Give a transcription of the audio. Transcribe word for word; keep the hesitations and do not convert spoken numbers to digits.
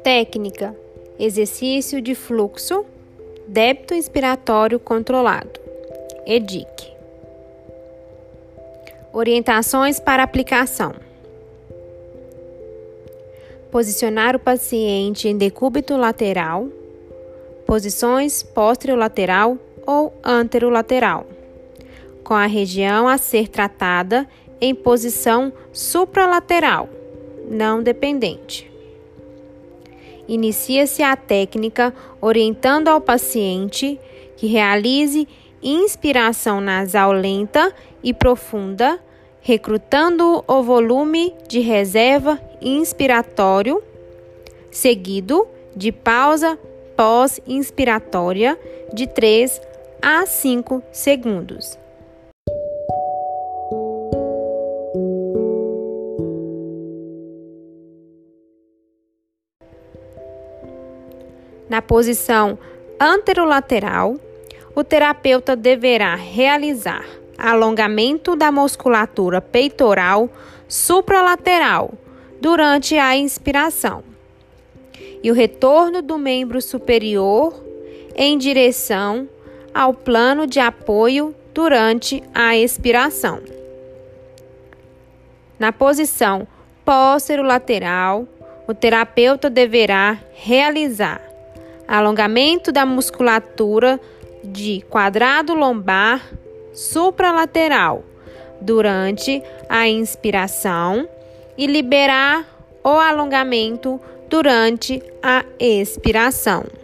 Técnica: exercício de fluxo, débito inspiratório controlado. E D I C. Orientações para aplicação: posicionar o paciente em decúbito lateral, posições posterolateral ou anterolateral, com a região a ser tratada em posição supralateral, não dependente. Inicia-se a técnica orientando ao paciente que realize inspiração nasal lenta e profunda, recrutando o volume de reserva inspiratório, seguido de pausa pós-inspiratória de três a cinco segundos. Na posição anterolateral, o terapeuta deverá realizar alongamento da musculatura peitoral supralateral durante a inspiração e o retorno do membro superior em direção ao plano de apoio durante a expiração. Na posição posterolateral, o terapeuta deverá realizar alongamento da musculatura de quadrado lombar supralateral durante a inspiração e liberar o alongamento durante a expiração.